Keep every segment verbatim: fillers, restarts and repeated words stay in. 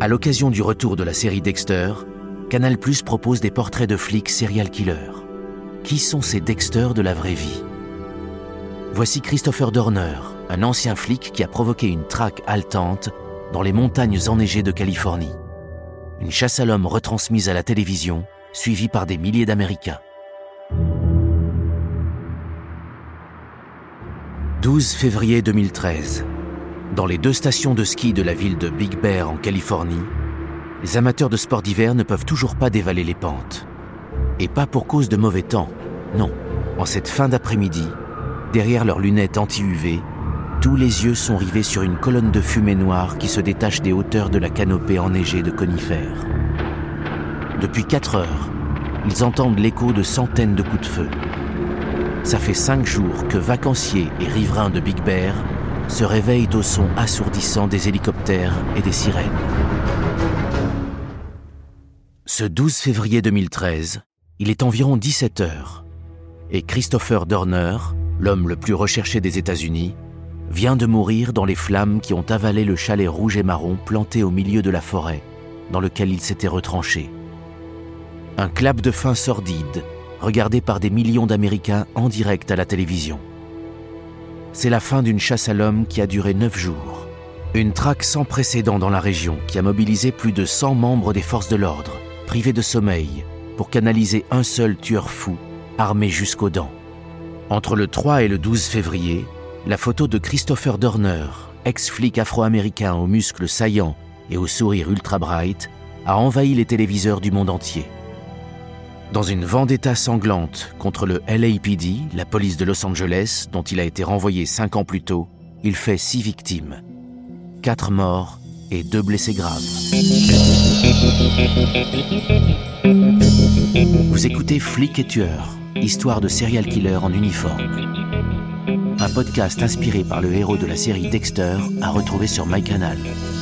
À l'occasion du retour de la série Dexter, Canal+ propose des portraits de flics serial killers. Qui sont ces Dexter de la vraie vie ? Voici Christopher Dorner, un ancien flic qui a provoqué une traque haletante dans les montagnes enneigées de Californie. Une chasse à l'homme retransmise à la télévision, suivie par des milliers d'Américains. douze février deux mille treize. Dans les deux stations de ski de la ville de Big Bear en Californie, les amateurs de sports d'hiver ne peuvent toujours pas dévaler les pentes. Et pas pour cause de mauvais temps, non. En cette fin d'après-midi, derrière leurs lunettes anti-U V, tous les yeux sont rivés sur une colonne de fumée noire qui se détache des hauteurs de la canopée enneigée de conifères. Depuis quatre heures, ils entendent l'écho de centaines de coups de feu. Ça fait cinq jours que vacanciers et riverains de Big Bear se réveillent au son assourdissant des hélicoptères et des sirènes. Ce douze février deux mille treize, il est environ dix-sept heures et Christopher Dorner, l'homme le plus recherché des États-Unis, vient de mourir dans les flammes qui ont avalé le chalet rouge et marron planté au milieu de la forêt dans lequel il s'était retranché. Un clap de fin sordide, regardé par des millions d'Américains en direct à la télévision. C'est la fin d'une chasse à l'homme qui a duré neuf jours. Une traque sans précédent dans la région qui a mobilisé plus de cent membres des forces de l'ordre, privés de sommeil, pour canaliser un seul tueur fou, armé jusqu'aux dents. Entre le trois et le douze février, la photo de Christopher Dorner, ex-flic afro-américain aux muscles saillants et au sourire ultra bright, a envahi les téléviseurs du monde entier. Dans une vendetta sanglante contre le L A P D, la police de Los Angeles, dont il a été renvoyé cinq ans plus tôt, il fait six victimes. Quatre morts et deux blessés graves. Vous écoutez Flic et tueur, histoire de serial killer en uniforme. Un podcast inspiré par le héros de la série Dexter à retrouver sur MyCanal.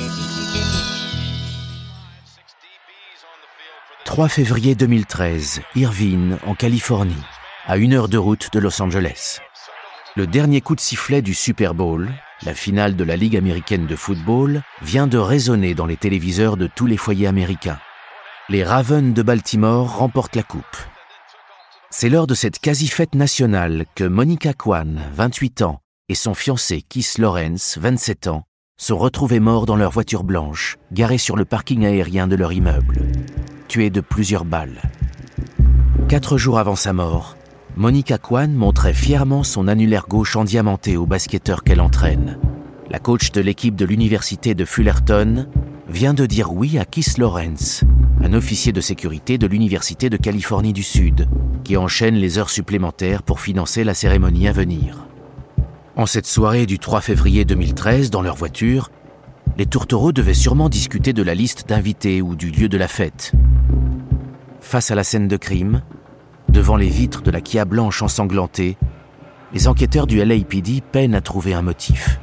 trois février deux mille treize, Irvine, en Californie, à une heure de route de Los Angeles. Le dernier coup de sifflet du Super Bowl, la finale de la Ligue américaine de football, vient de résonner dans les téléviseurs de tous les foyers américains. Les Ravens de Baltimore remportent la coupe. C'est lors de cette quasi-fête nationale que Monica Kwan, vingt-huit ans, et son fiancé Keith Lawrence, vingt-sept ans, sont retrouvés morts dans leur voiture blanche, garée sur le parking aérien de leur immeuble. Tué de plusieurs balles. Quatre jours avant sa mort, Monica Kwan montrait fièrement son annulaire gauche endiamanté au basketteur qu'elle entraîne. La coach de l'équipe de l'université de Fullerton vient de dire oui à Keith Lawrence, un officier de sécurité de l'université de Californie du Sud, qui enchaîne les heures supplémentaires pour financer la cérémonie à venir. En cette soirée du trois février deux mille treize, dans leur voiture, les tourtereaux devaient sûrement discuter de la liste d'invités ou du lieu de la fête. Face à la scène de crime, devant les vitres de la Kia blanche ensanglantée, les enquêteurs du L A P D peinent à trouver un motif.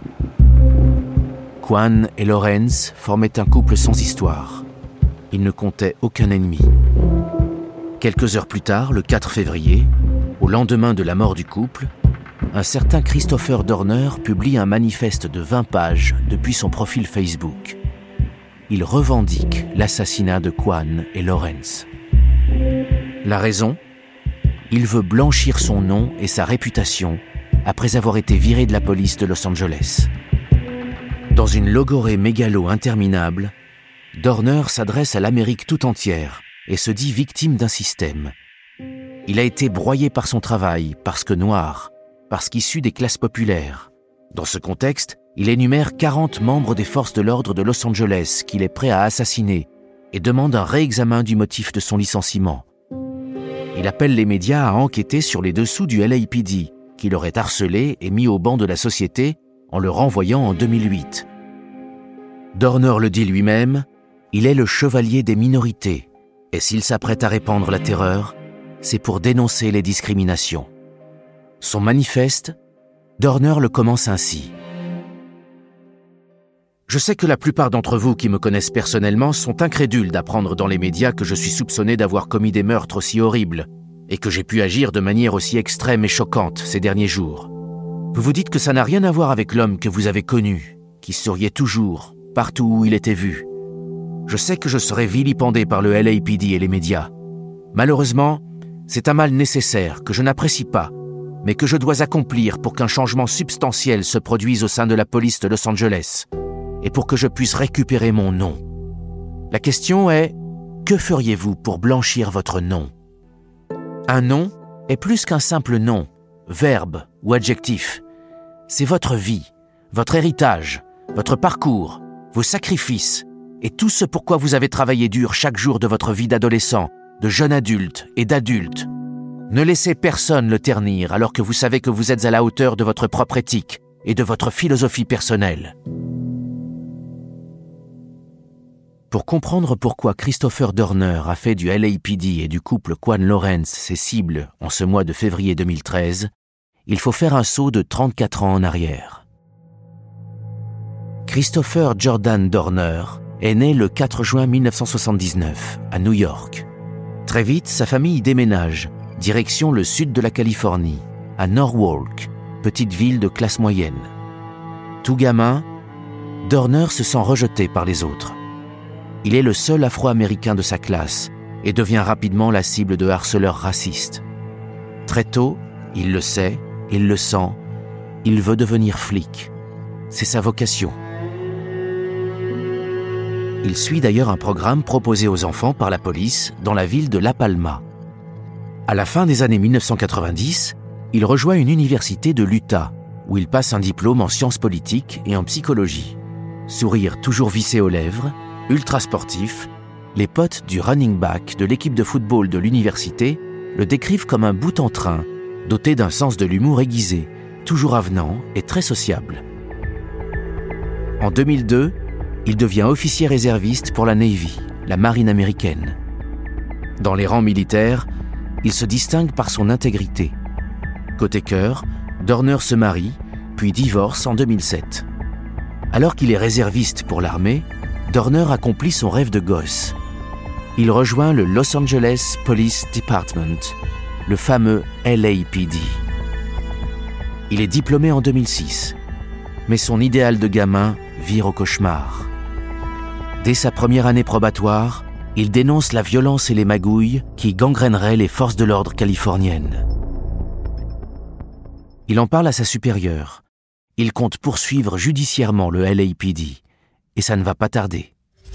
Kwan et Lawrence formaient un couple sans histoire. Ils ne comptaient aucun ennemi. Quelques heures plus tard, le quatre février, au lendemain de la mort du couple, un certain Christopher Dorner publie un manifeste de vingt pages depuis son profil Facebook. Il revendique l'assassinat de Kwan et Lawrence. La raison ? Il veut blanchir son nom et sa réputation après avoir été viré de la police de Los Angeles. Dans une logorrhée mégalo interminable, Dorner s'adresse à l'Amérique tout entière et se dit victime d'un système. Il a été broyé par son travail, parce que noir, parce qu'issu des classes populaires. Dans ce contexte, il énumère quarante membres des forces de l'ordre de Los Angeles qu'il est prêt à assassiner et demande un réexamen du motif de son licenciement. Il appelle les médias à enquêter sur les dessous du L A P D, qui l'aurait harcelé et mis au banc de la société en le renvoyant en deux mille huit. Dorner le dit lui-même, il est le chevalier des minorités, et s'il s'apprête à répandre la terreur, c'est pour dénoncer les discriminations. Son manifeste, Dorner le commence ainsi. Je sais que la plupart d'entre vous qui me connaissent personnellement sont incrédules d'apprendre dans les médias que je suis soupçonné d'avoir commis des meurtres aussi horribles et que j'ai pu agir de manière aussi extrême et choquante ces derniers jours. Vous vous dites que ça n'a rien à voir avec l'homme que vous avez connu, qui souriait toujours, partout où il était vu. Je sais que je serai vilipendé par le L A P D et les médias. Malheureusement, c'est un mal nécessaire que je n'apprécie pas, mais que je dois accomplir pour qu'un changement substantiel se produise au sein de la police de Los Angeles et pour que je puisse récupérer mon nom. La question est, que feriez-vous pour blanchir votre nom? Un nom est plus qu'un simple nom, verbe ou adjectif. C'est votre vie, votre héritage, votre parcours, vos sacrifices et tout ce pourquoi vous avez travaillé dur chaque jour de votre vie d'adolescent, de jeune adulte et d'adulte. Ne laissez personne le ternir alors que vous savez que vous êtes à la hauteur de votre propre éthique et de votre philosophie personnelle. Pour comprendre pourquoi Christopher Dorner a fait du L A P D et du couple Quan Lawrence ses cibles en ce mois de février deux mille treize, il faut faire un saut de trente-quatre ans en arrière. Christopher Jordan Dorner est né le quatre juin mille neuf cent soixante-dix-neuf à New York. Très vite, sa famille y déménage, direction le sud de la Californie, à Norwalk, petite ville de classe moyenne. Tout gamin, Dorner se sent rejeté par les autres. Il est le seul Afro-Américain de sa classe et devient rapidement la cible de harceleurs racistes. Très tôt, il le sait, il le sent, il veut devenir flic. C'est sa vocation. Il suit d'ailleurs un programme proposé aux enfants par la police dans la ville de La Palma. À la fin des années mille neuf cent quatre-vingt-dix, il rejoint une université de l'Utah, où il passe un diplôme en sciences politiques et en psychologie. Sourire toujours vissé aux lèvres, ultra sportif, les potes du running back de l'équipe de football de l'université le décrivent comme un bout en train, doté d'un sens de l'humour aiguisé, toujours avenant et très sociable. En deux mille deux, il devient officier réserviste pour la Navy, la marine américaine. Dans les rangs militaires, il se distingue par son intégrité. Côté cœur, Dorner se marie, puis divorce en deux mille sept. Alors qu'il est réserviste pour l'armée, Dorner accomplit son rêve de gosse. Il rejoint le Los Angeles Police Department, le fameux L A P D. Il est diplômé en deux mille six, mais son idéal de gamin vire au cauchemar. Dès sa première année probatoire, il dénonce la violence et les magouilles qui gangrèneraient les forces de l'ordre californiennes. Il en parle à sa supérieure. Il compte poursuivre judiciairement le L A P D. Et ça ne va pas tarder.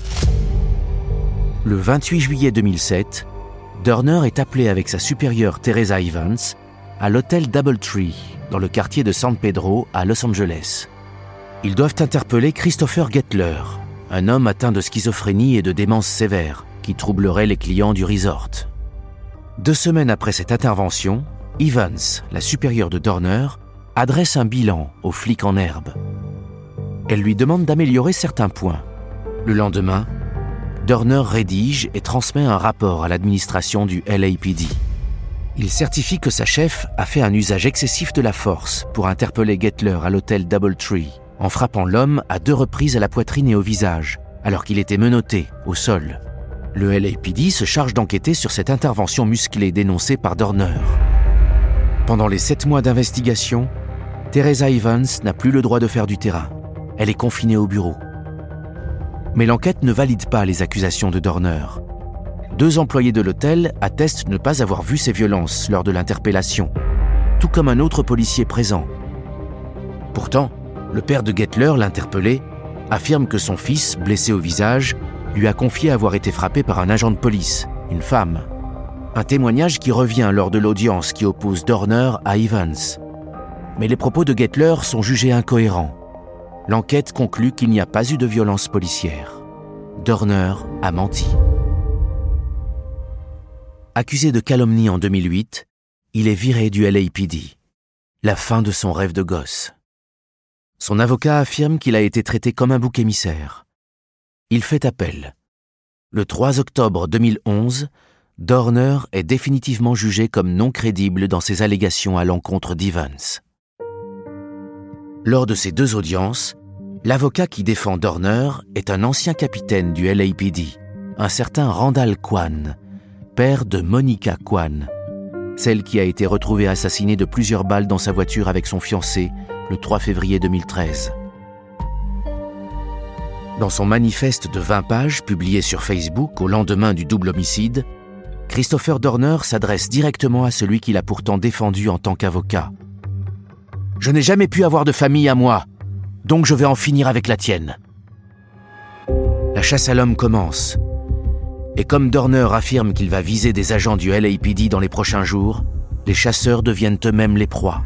Le vingt-huit juillet deux mille sept, Dorner est appelé avec sa supérieure Teresa Evans à l'hôtel Doubletree, dans le quartier de San Pedro, à Los Angeles. Ils doivent interpeller Christopher Gettler, un homme atteint de schizophrénie et de démence sévère, qui troublerait les clients du resort. Deux semaines après cette intervention, Evans, la supérieure de Dorner, adresse un bilan aux flics en herbe. Elle lui demande d'améliorer certains points. Le lendemain, Dorner rédige et transmet un rapport à l'administration du L A P D. Il certifie que sa chef a fait un usage excessif de la force pour interpeller Gettler à l'hôtel Doubletree, en frappant l'homme à deux reprises à la poitrine et au visage, alors qu'il était menotté, au sol. Le L A P D se charge d'enquêter sur cette intervention musclée dénoncée par Dorner. Pendant les sept mois d'investigation, Teresa Evans n'a plus le droit de faire du terrain. Elle est confinée au bureau. Mais l'enquête ne valide pas les accusations de Dorner. Deux employés de l'hôtel attestent ne pas avoir vu ces violences lors de l'interpellation, tout comme un autre policier présent. Pourtant, le père de Gettler, l'interpellé, affirme que son fils, blessé au visage, lui a confié avoir été frappé par un agent de police, une femme. Un témoignage qui revient lors de l'audience qui oppose Dorner à Evans. Mais les propos de Gettler sont jugés incohérents. L'enquête conclut qu'il n'y a pas eu de violence policière. Dorner a menti. Accusé de calomnie en deux mille huit, il est viré du L A P D. La fin de son rêve de gosse. Son avocat affirme qu'il a été traité comme un bouc émissaire. Il fait appel. Le trois octobre deux mille onze, Dorner est définitivement jugé comme non crédible dans ses allégations à l'encontre d'Evans. Lors de ces deux audiences, l'avocat qui défend Dorner est un ancien capitaine du L A P D, un certain Randall Quan, père de Monica Quan, celle qui a été retrouvée assassinée de plusieurs balles dans sa voiture avec son fiancé le trois février deux mille treize. Dans son manifeste de vingt pages publié sur Facebook au lendemain du double homicide, Christopher Dorner s'adresse directement à celui qu'il a pourtant défendu en tant qu'avocat. « Je n'ai jamais pu avoir de famille à moi, donc je vais en finir avec la tienne. » La chasse à l'homme commence. Et comme Dorner affirme qu'il va viser des agents du L A P D dans les prochains jours, les chasseurs deviennent eux-mêmes les proies.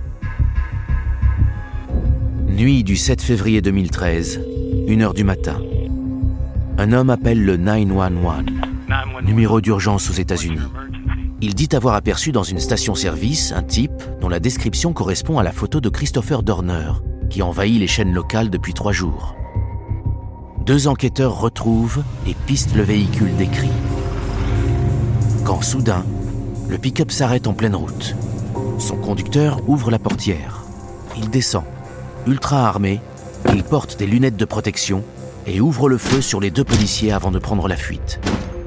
Nuit du sept février deux mille treize, une heure du matin. Un homme appelle le neuf un un, numéro d'urgence aux États-Unis. Il dit avoir aperçu dans une station-service un type dont la description correspond à la photo de Christopher Dorner, qui envahit les chaînes locales depuis trois jours. Deux enquêteurs retrouvent et pistent le véhicule décrit. Quand soudain, le pick-up s'arrête en pleine route. Son conducteur ouvre la portière. Il descend. Ultra armé, il porte des lunettes de protection et ouvre le feu sur les deux policiers avant de prendre la fuite.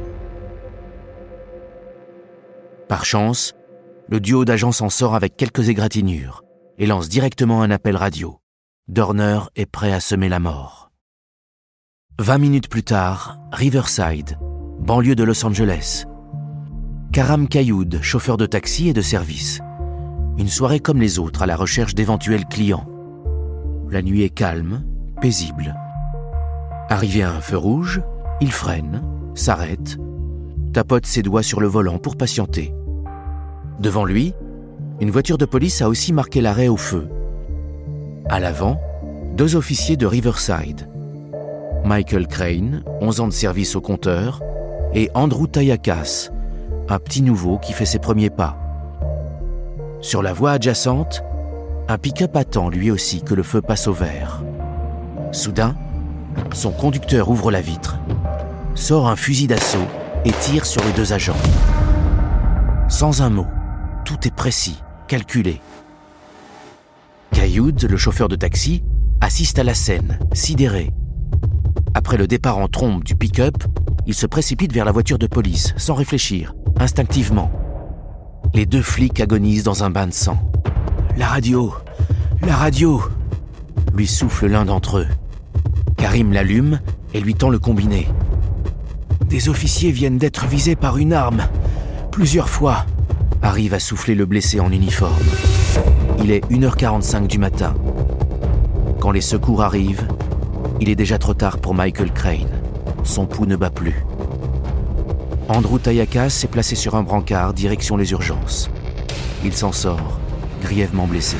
Par chance, le duo d'agents s'en sort avec quelques égratignures et lance directement un appel radio. Dorner est prêt à semer la mort. Vingt minutes plus tard, Riverside, banlieue de Los Angeles. Karam Kayoud, chauffeur de taxi et de service. Une soirée comme les autres à la recherche d'éventuels clients. La nuit est calme, paisible. Arrivé à un feu rouge, il freine, s'arrête, tapote ses doigts sur le volant pour patienter. Devant lui, une voiture de police a aussi marqué l'arrêt au feu. À l'avant, deux officiers de Riverside. Michael Crane, onze ans de service au compteur, et Andrew Tayakas, un petit nouveau qui fait ses premiers pas. Sur la voie adjacente, un pick-up attend lui aussi que le feu passe au vert. Soudain, son conducteur ouvre la vitre, sort un fusil d'assaut et tire sur les deux agents. Sans un mot, tout est précis, calculé. Kayoud, le chauffeur de taxi, assiste à la scène, sidéré. Après le départ en trombe du pick-up, il se précipite vers la voiture de police, sans réfléchir, instinctivement. Les deux flics agonisent dans un bain de sang. « La radio, la radio !» lui souffle l'un d'entre eux. Karim l'allume et lui tend le combiné. Des officiers viennent d'être visés par une arme, plusieurs fois, arrive à souffler le blessé en uniforme. Il est une heure quarante-cinq du matin. Quand les secours arrivent, il est déjà trop tard pour Michael Crane. Son pouls ne bat plus. Andrew Tayakas est placé sur un brancard direction les urgences. Il s'en sort, grièvement blessé.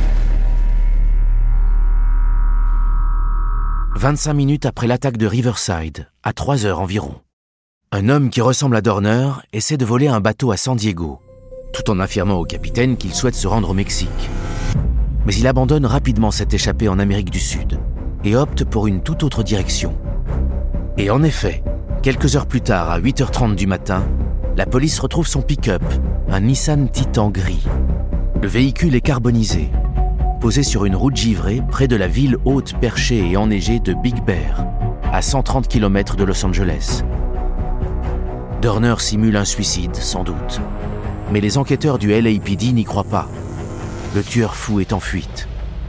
vingt-cinq minutes après l'attaque de Riverside, à trois heures environ, un homme qui ressemble à Dorner essaie de voler un bateau à San Diego, tout en affirmant au capitaine qu'il souhaite se rendre au Mexique. Mais il abandonne rapidement cette échappée en Amérique du Sud et opte pour une toute autre direction. Et en effet, quelques heures plus tard, à huit heures trente du matin, la police retrouve son pick-up, un Nissan Titan gris. Le véhicule est carbonisé, posé sur une route givrée près de la ville haute perchée et enneigée de Big Bear, à cent trente kilomètres de Los Angeles. Dorner simule un suicide, sans doute. Mais les enquêteurs du L A P D n'y croient pas. Le tueur fou est en fuite.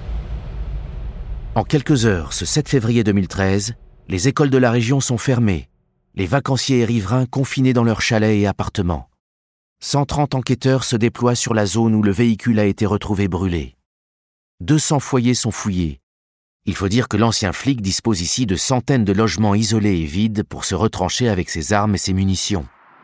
En quelques heures, ce sept février deux mille treize, les écoles de la région sont fermées, les vacanciers et riverains confinés dans leurs chalets et appartements. cent trente enquêteurs se déploient sur la zone où le véhicule a été retrouvé brûlé. deux cents foyers sont fouillés. Il faut dire que l'ancien flic dispose ici de centaines de logements isolés et vides pour se retrancher avec ses armes et ses munitions.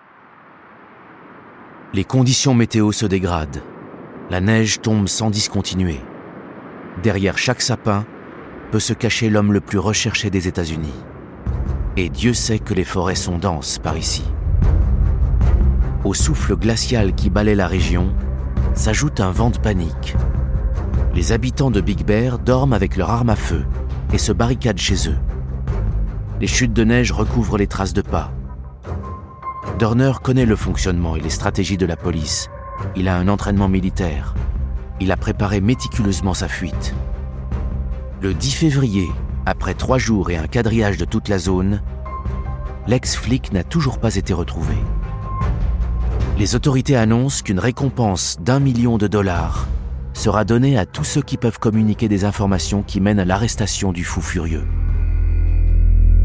Les conditions météo se dégradent. La neige tombe sans discontinuer. Derrière chaque sapin peut se cacher l'homme le plus recherché des États-Unis. Et Dieu sait que les forêts sont denses par ici. Au souffle glacial qui balaie la région, s'ajoute un vent de panique. Les habitants de Big Bear dorment avec leur arme à feu et se barricadent chez eux. Les chutes de neige recouvrent les traces de pas. Dorner connaît le fonctionnement et les stratégies de la police. Il a un entraînement militaire. Il a préparé méticuleusement sa fuite. Le dix février, après trois jours et un quadrillage de toute la zone, l'ex-flic n'a toujours pas été retrouvé. Les autorités annoncent qu'une récompense d'un million de dollars sera donnée à tous ceux qui peuvent communiquer des informations qui mènent à l'arrestation du fou furieux.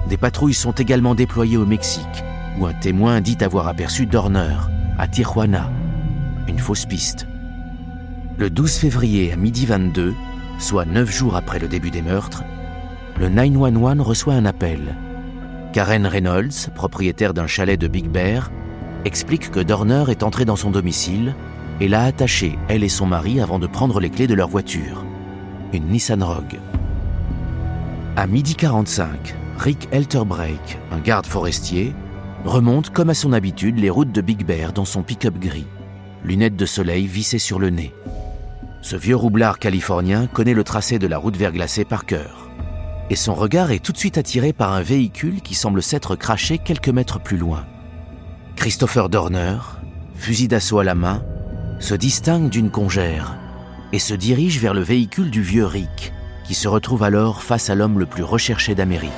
Des patrouilles sont également déployées au Mexique, où un témoin dit avoir aperçu Dorner, à Tijuana. Une fausse piste. Le douze février à midi vingt-deux, soit neuf jours après le début des meurtres, le neuf un un reçoit un appel. Karen Reynolds, propriétaire d'un chalet de Big Bear, explique que Dorner est entré dans son domicile et l'a attachée, elle et son mari, avant de prendre les clés de leur voiture, une Nissan Rogue. À midi quarante-cinq, Rick Elterbrake, un garde forestier, remonte comme à son habitude les routes de Big Bear dans son pick-up gris, lunettes de soleil vissées sur le nez. Ce vieux roublard californien connaît le tracé de la route verglacée par cœur. Et son regard est tout de suite attiré par un véhicule qui semble s'être craché quelques mètres plus loin. Christopher Dorner, fusil d'assaut à la main, se distingue d'une congère et se dirige vers le véhicule du vieux Rick, qui se retrouve alors face à l'homme le plus recherché d'Amérique.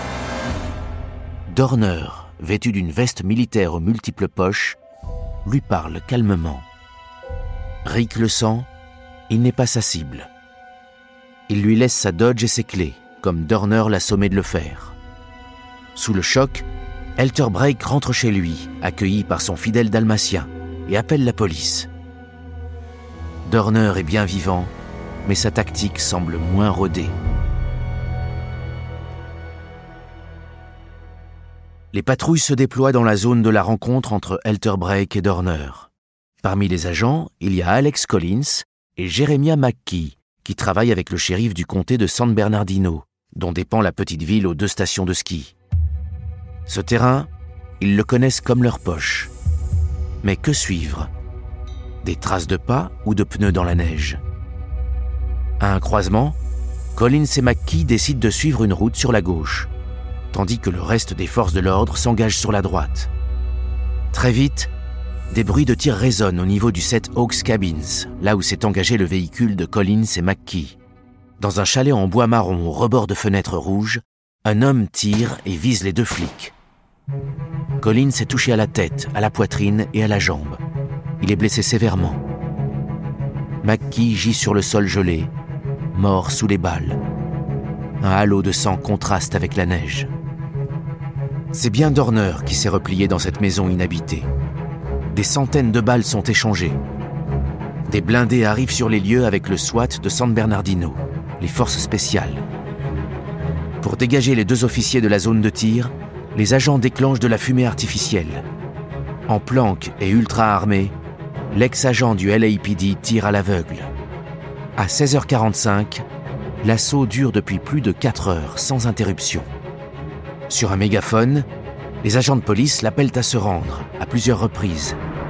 Dorner, vêtu d'une veste militaire aux multiples poches, lui parle calmement. Rick le sent, il n'est pas sa cible. Il lui laisse sa Dodge et ses clés, comme Dorner l'a sommé de le faire. Sous le choc, Elterbrake rentre chez lui, accueilli par son fidèle dalmatien, et appelle la police. Dorner est bien vivant, mais sa tactique semble moins rodée. Les patrouilles se déploient dans la zone de la rencontre entre Elterbrake et Dorner. Parmi les agents, il y a Alex Collins et Jeremiah McKee, qui travaillent avec le shérif du comté de San Bernardino, dont dépend la petite ville aux deux stations de ski. Ce terrain, ils le connaissent comme leur poche. Mais que suivre ? Des traces de pas ou de pneus dans la neige ? À un croisement, Collins et McKee décident de suivre une route sur la gauche, tandis que le reste des forces de l'ordre s'engage sur la droite. Très vite, des bruits de tirs résonnent au niveau du sept Oaks Cabins, là où s'est engagé le véhicule de Collins et McKee. Dans un chalet en bois marron au rebord de fenêtres rouges, un homme tire et vise les deux flics. Collins est touché à la tête, à la poitrine et à la jambe. Il est blessé sévèrement. McKee gît sur le sol gelé, mort sous les balles. Un halo de sang contraste avec la neige. C'est bien Dorner qui s'est replié dans cette maison inhabitée. Des centaines de balles sont échangées. Des blindés arrivent sur les lieux avec le SWAT de San Bernardino, les forces spéciales. Pour dégager les deux officiers de la zone de tir, les agents déclenchent de la fumée artificielle. En planque et ultra armé, l'ex-agent du L A P D tire à l'aveugle. À seize heures quarante-cinq, l'assaut dure depuis plus de quatre heures sans interruption. Sur un mégaphone, les agents de police l'appellent à se rendre, à plusieurs reprises.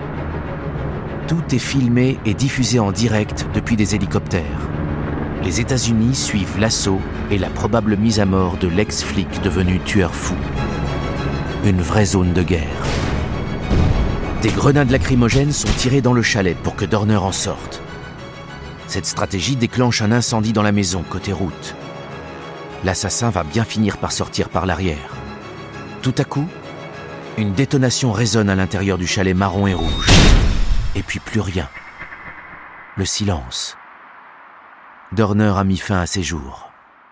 Tout est filmé et diffusé en direct depuis des hélicoptères. Les États-Unis suivent l'assaut et la probable mise à mort de l'ex-flic devenu tueur fou. Une vraie zone de guerre. Des grenades lacrymogènes sont tirées dans le chalet pour que Dorner en sorte. Cette stratégie déclenche un incendie dans la maison, côté route. L'assassin va bien finir par sortir par l'arrière. Tout à coup, une détonation résonne à l'intérieur du chalet marron et rouge. Et puis plus rien. Le silence. Dorner a mis fin à ses jours.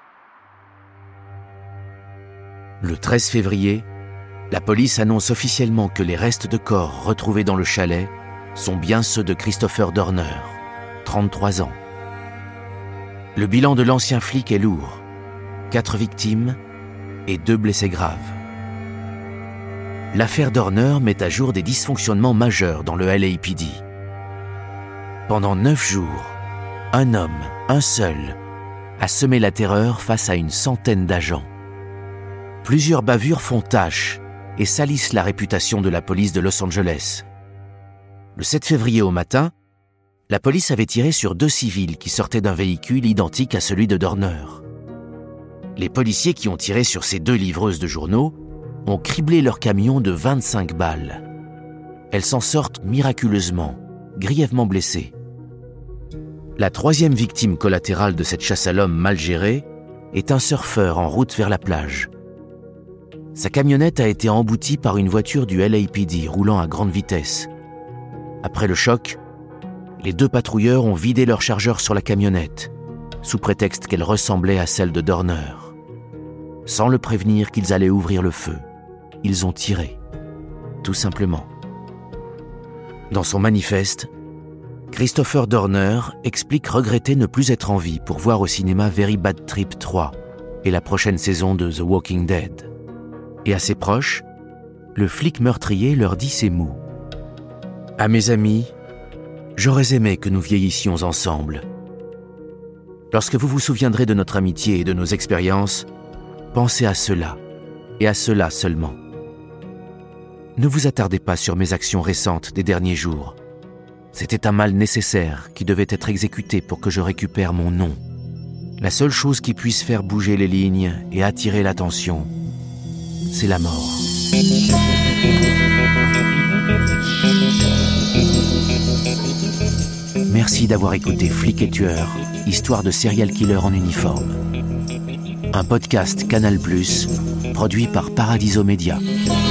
Le treize février, la police annonce officiellement que les restes de corps retrouvés dans le chalet sont bien ceux de Christopher Dorner, trente-trois ans. Le bilan de l'ancien flic est lourd. Quatre victimes et deux blessés graves. L'affaire Dorner met à jour des dysfonctionnements majeurs dans le L A P D. Pendant neuf jours, un homme, un seul, a semé la terreur face à une centaine d'agents. Plusieurs bavures font tache et salissent la réputation de la police de Los Angeles. Le sept février au matin, la police avait tiré sur deux civils qui sortaient d'un véhicule identique à celui de Dorner. Les policiers qui ont tiré sur ces deux livreuses de journaux ont criblé leur camion de vingt-cinq balles. Elles s'en sortent miraculeusement, grièvement blessées. La troisième victime collatérale de cette chasse à l'homme mal gérée est un surfeur en route vers la plage. Sa camionnette a été emboutie par une voiture du L A P D roulant à grande vitesse. Après le choc, les deux patrouilleurs ont vidé leur chargeur sur la camionnette, sous prétexte qu'elle ressemblait à celle de Dorner. sans le prévenir qu'ils allaient ouvrir le feu. Ils ont tiré, tout simplement. Dans son manifeste, Christopher Dorner explique regretter ne plus être en vie pour voir au cinéma Very Bad Trip trois et la prochaine saison de The Walking Dead. Et à ses proches, le flic meurtrier leur dit ces mots. « À mes amis, j'aurais aimé que nous vieillissions ensemble. Lorsque vous vous souviendrez de notre amitié et de nos expériences, pensez à cela, et à cela seulement. Ne vous attardez pas sur mes actions récentes des derniers jours. C'était un mal nécessaire qui devait être exécuté pour que je récupère mon nom. La seule chose qui puisse faire bouger les lignes et attirer l'attention, c'est la mort. » Merci d'avoir écouté Flic et Tueur, histoire de serial killer en uniforme. Un podcast Canal plus, produit par Paradiso Media.